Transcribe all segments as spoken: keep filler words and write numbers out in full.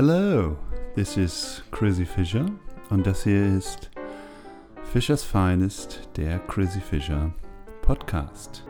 Hello, this is Crazy Fisher und das hier ist Fischers Finest, der Crazy Fisher Podcast.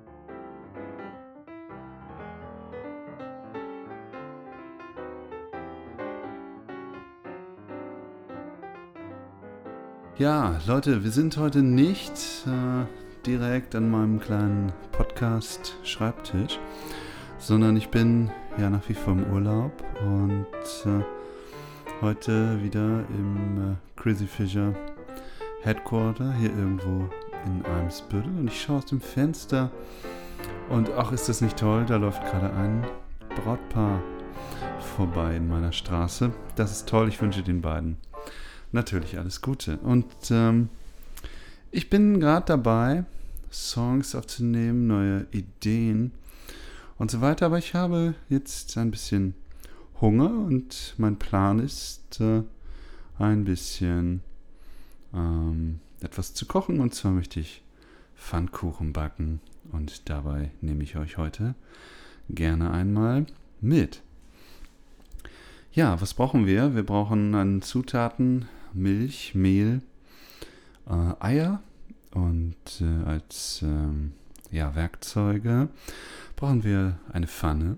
Ja, Leute, wir sind heute nicht äh, direkt an meinem kleinen Podcast-Schreibtisch, sondern ich bin ja nach wie vor im Urlaub und äh, heute wieder im äh, Crazy Fisher Headquarter hier irgendwo in Eimsbüttel und ich schaue aus dem Fenster und ach, ist das nicht toll, da läuft gerade ein Brautpaar vorbei in meiner Straße. Das ist toll, ich wünsche den beiden natürlich alles Gute. Und ähm, ich bin gerade dabei, Songs aufzunehmen, neue Ideen und so weiter. Aber ich habe jetzt ein bisschen Hunger und mein Plan ist, äh, ein bisschen ähm, etwas zu kochen. Und zwar möchte ich Pfannkuchen backen. Und dabei nehme ich euch heute gerne einmal mit. Ja, was brauchen wir? Wir brauchen an Zutaten Milch, Mehl, äh, Eier und äh, als ähm, ja, Werkzeuge brauchen wir eine Pfanne.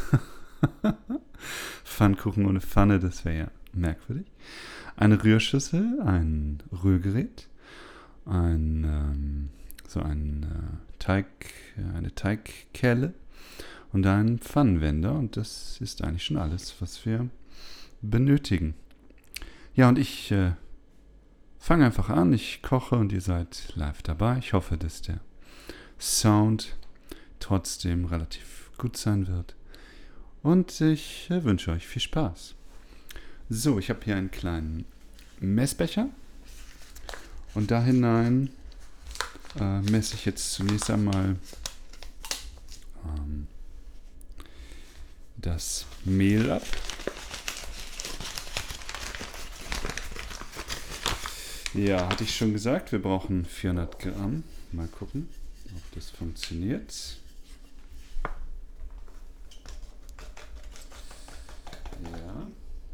Pfannkuchen ohne Pfanne, das wäre ja merkwürdig. Eine Rührschüssel, ein Rührgerät, ein, ähm, so ein äh, Teig, eine Teigkelle und einen Pfannenwender und das ist eigentlich schon alles, was wir benötigen. Ja, und ich äh, fange einfach an, ich koche und ihr seid live dabei. Ich hoffe, dass der Sound trotzdem relativ gut sein wird. Und ich äh, wünsche euch viel Spaß. So, ich habe hier einen kleinen Messbecher und da hinein äh, messe ich jetzt zunächst einmal ähm, das Mehl ab. Ja, hatte ich schon gesagt, wir brauchen vierhundert Gramm. Mal gucken, ob das funktioniert. Ja.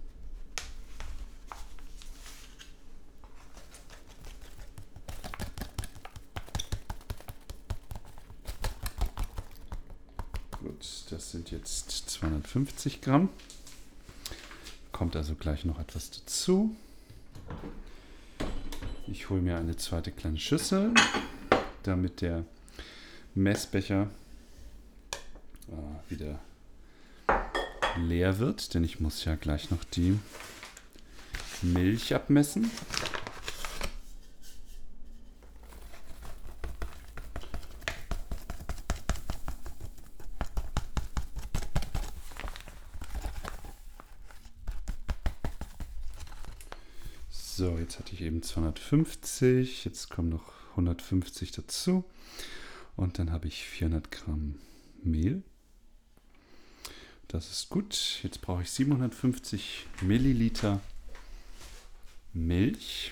Gut, das sind jetzt zweihundertfünfzig Gramm. Kommt also gleich noch etwas dazu. Ich hole mir eine zweite kleine Schüssel, damit der Messbecher äh, wieder leer wird, denn ich muss ja gleich noch die Milch abmessen. So, jetzt hatte ich eben zweihundertfünfzig, jetzt kommen noch hundertfünfzig dazu und dann habe ich vierhundert Gramm Mehl. Das ist gut. Jetzt brauche ich siebenhundertfünfzig Milliliter Milch.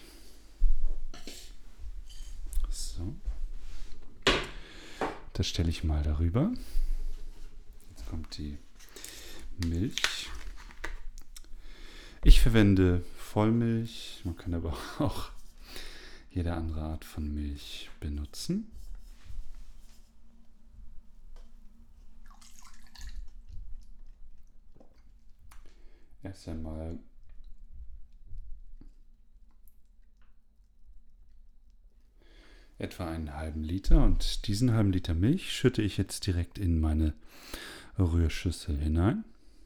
So. Das stelle ich mal darüber. Jetzt kommt die Milch. Ich verwende Vollmilch, man kann aber auch jede andere Art von Milch benutzen. Erst einmal etwa einen halben Liter und diesen halben Liter Milch schütte ich jetzt direkt in meine Rührschüssel hinein.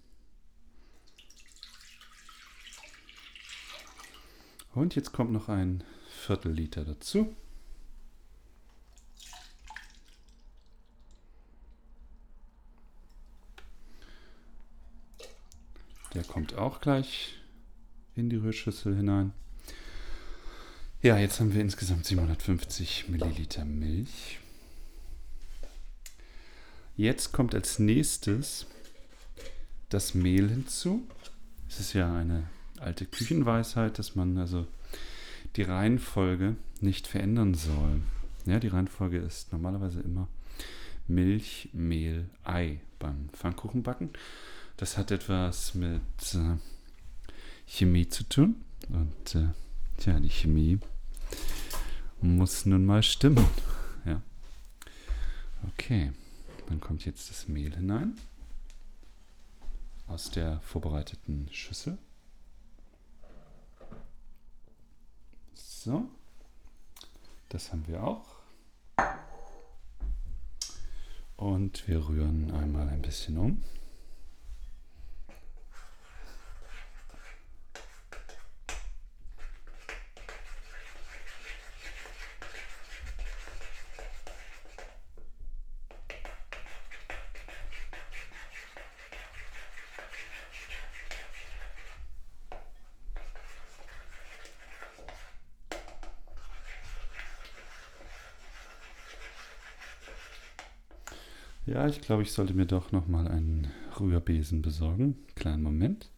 Und jetzt kommt noch ein Viertel Liter dazu. Der kommt auch gleich in die Rührschüssel hinein. Ja, jetzt haben wir insgesamt siebenhundertfünfzig Milliliter Milch. Jetzt kommt als nächstes das Mehl hinzu. Es ist ja eine alte Küchenweisheit, dass man also die Reihenfolge nicht verändern soll. Ja, die Reihenfolge ist normalerweise immer Milch, Mehl, Ei beim Pfannkuchenbacken. Das hat etwas mit äh, Chemie zu tun. Und äh, tja, die Chemie muss nun mal stimmen. Ja. Okay, dann kommt jetzt das Mehl hinein aus der vorbereiteten Schüssel. So, das haben wir auch. Und wir rühren einmal ein bisschen um. Ja, ich glaube, ich sollte mir doch noch mal einen Rührbesen besorgen. Kleinen Moment.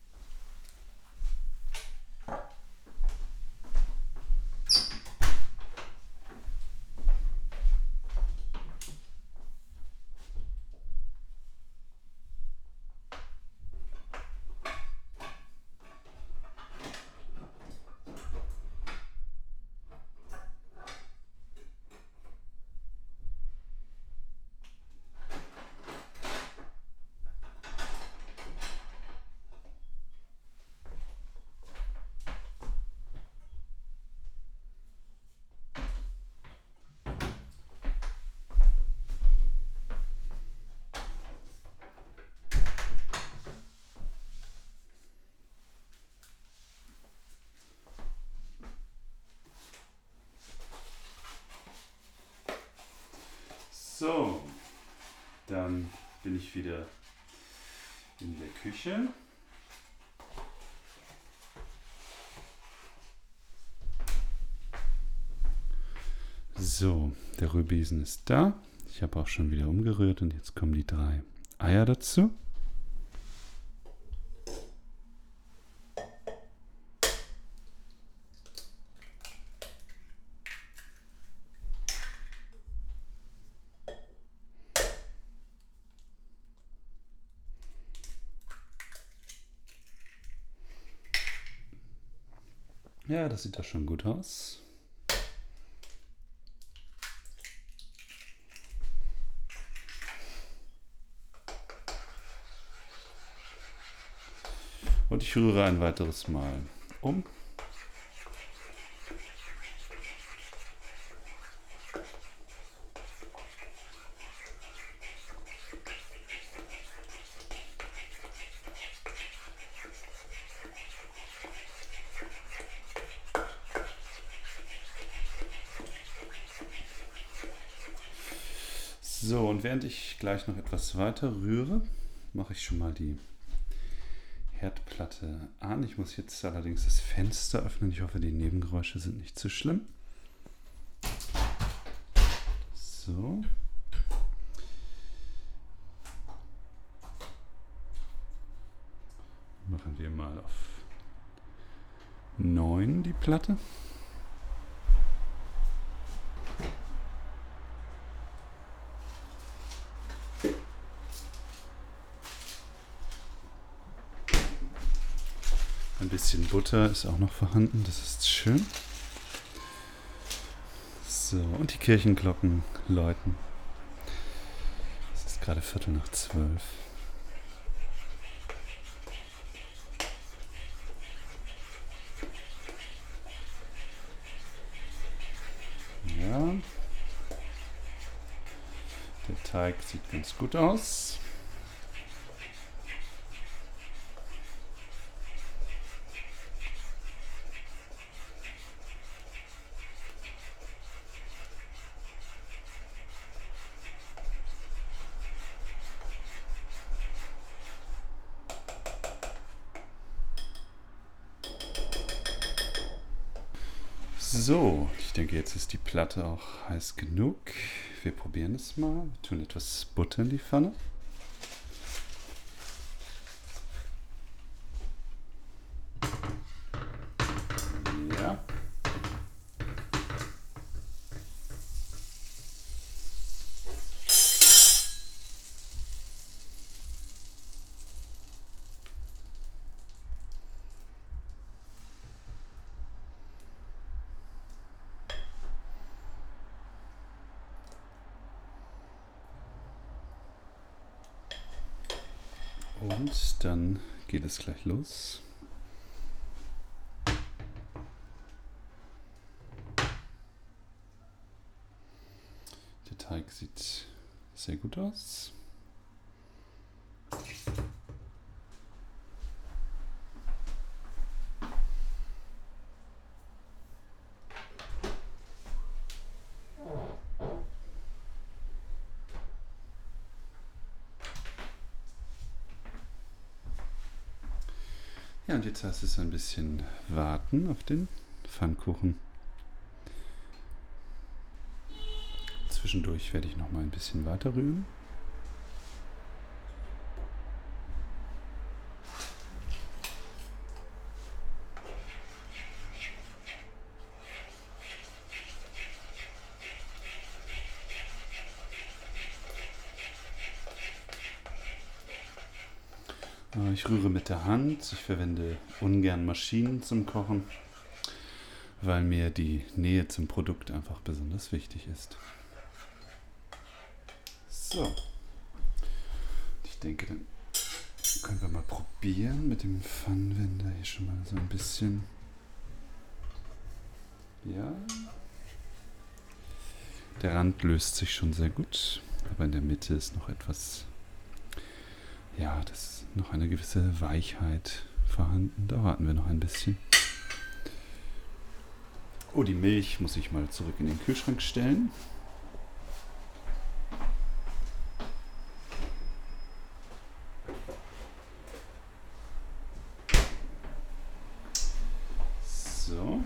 So, dann bin ich wieder in der Küche. So, der Rührbesen ist da. Ich habe auch schon wieder umgerührt und jetzt kommen die drei Eier dazu. Ja, das sieht doch schon gut aus. Und ich rühre ein weiteres Mal um. So, und während ich gleich noch etwas weiter rühre, mache ich schon mal die Herdplatte an. Ich muss jetzt allerdings das Fenster öffnen. Ich hoffe, die Nebengeräusche sind nicht zu schlimm. So. Machen wir mal auf neun die Platte. Ein bisschen Butter ist auch noch vorhanden, das ist schön. So, und die Kirchenglocken läuten. Es ist gerade Viertel nach zwölf. Ja. Der Teig sieht ganz gut aus. So, ich denke, jetzt ist die Platte auch heiß genug. Wir probieren es mal. Wir tun etwas Butter in die Pfanne. Ja. Und dann geht es gleich los. Der Teig sieht sehr gut aus. Ja, und jetzt heißt es ein bisschen warten auf den Pfannkuchen. Zwischendurch werde ich noch mal ein bisschen weiter rühren. Ich rühre mit der Hand. Ich verwende ungern Maschinen zum Kochen, weil mir die Nähe zum Produkt einfach besonders wichtig ist. So. Ich denke, dann können wir mal probieren mit dem Pfannenwender hier schon mal so ein bisschen. Ja. Der Rand löst sich schon sehr gut, aber in der Mitte ist noch etwas, ja, das ist noch eine gewisse Weichheit vorhanden. Da warten wir noch ein bisschen. Oh, die Milch muss ich mal zurück in den Kühlschrank stellen. So.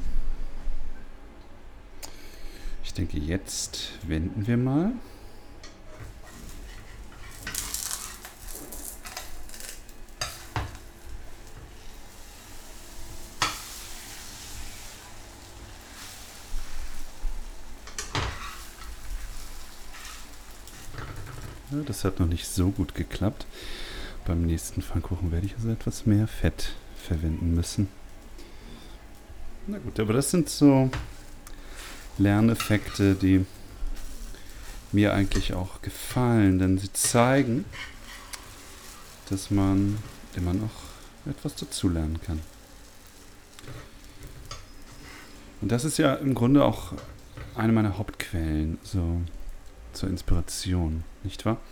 Ich denke, jetzt wenden wir mal. Das hat noch nicht so gut geklappt. Beim nächsten Pfannkuchen werde ich also etwas mehr Fett verwenden müssen. Na gut, aber das sind so Lerneffekte, die mir eigentlich auch gefallen, denn sie zeigen, dass man immer noch etwas dazulernen kann. Und das ist ja im Grunde auch eine meiner Hauptquellen, so zur Inspiration, nicht wahr?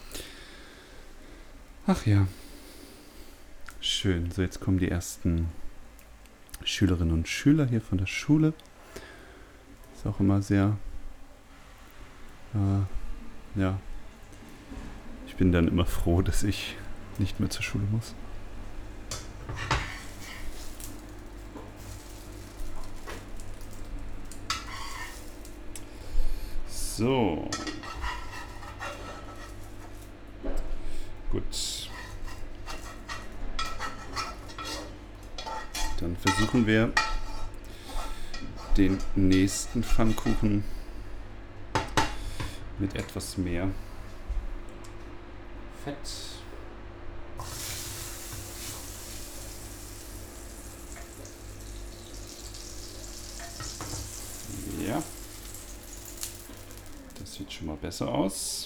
Ach ja, schön. So, jetzt kommen die ersten Schülerinnen und Schüler hier von der Schule. Ist auch immer sehr, äh, ja, ich bin dann immer froh, dass ich nicht mehr zur Schule muss. So. Gut. Dann versuchen wir den nächsten Pfannkuchen mit etwas mehr Fett. Ja. Das sieht schon mal besser aus.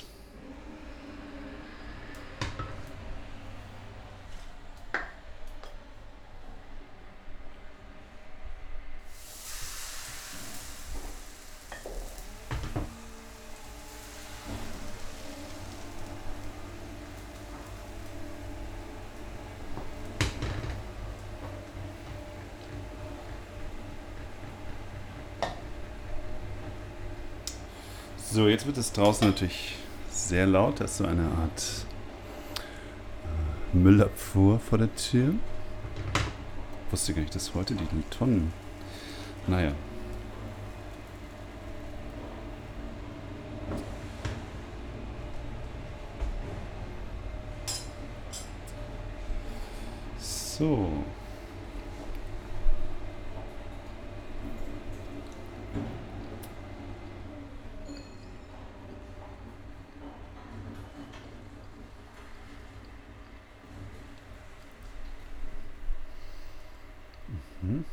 So, jetzt wird es draußen natürlich sehr laut. Da ist so eine Art äh, Müllabfuhr vor der Tür. Ich wusste gar nicht, dass heute die Tonnen. Naja. So. Mhm.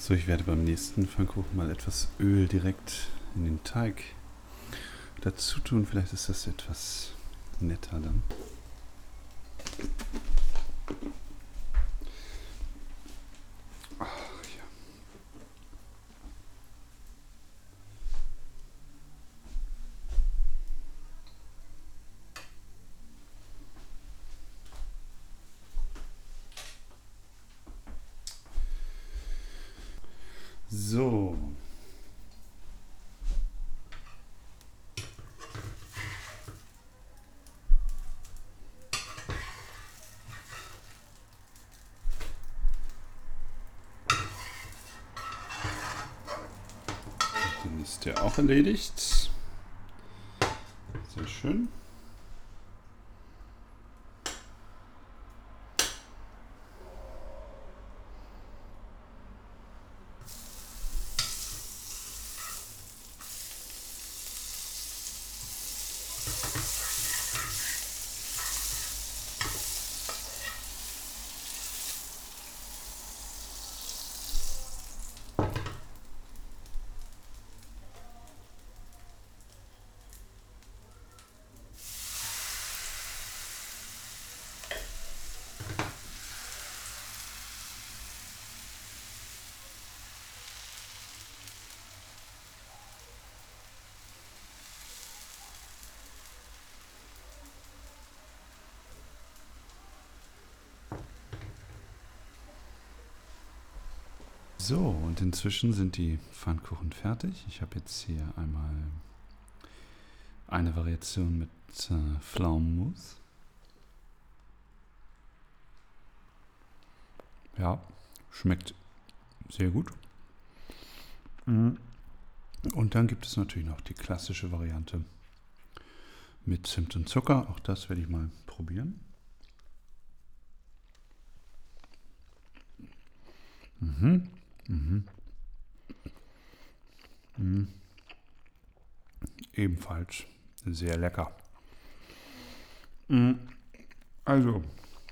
So, ich werde beim nächsten Pfannkuchen mal etwas Öl direkt in den Teig dazu tun. Vielleicht ist das etwas netter dann. Ach, ja. So. Dann ist der auch erledigt. Sehr schön. So, und inzwischen sind die Pfannkuchen fertig. Ich habe jetzt hier einmal eine Variation mit äh, Pflaumenmus. Ja, schmeckt sehr gut. Und dann gibt es natürlich noch die klassische Variante mit Zimt und Zucker. Auch das werde ich mal probieren. Mhm. Mhm. Mhm. Ebenfalls sehr lecker. Also,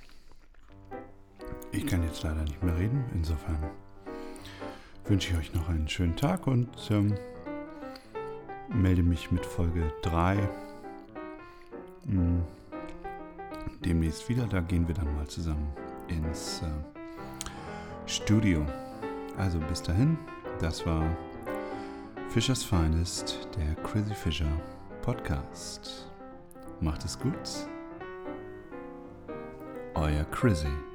ich kann jetzt leider nicht mehr reden. Insofern wünsche ich euch noch einen schönen Tag und ähm, melde mich mit Folge drei mh, demnächst wieder. Da gehen wir dann mal zusammen ins äh, Studio. Also bis dahin, das war Fischer's Finest, der Chrissy Fischer Podcast. Macht es gut. Euer Chrissy.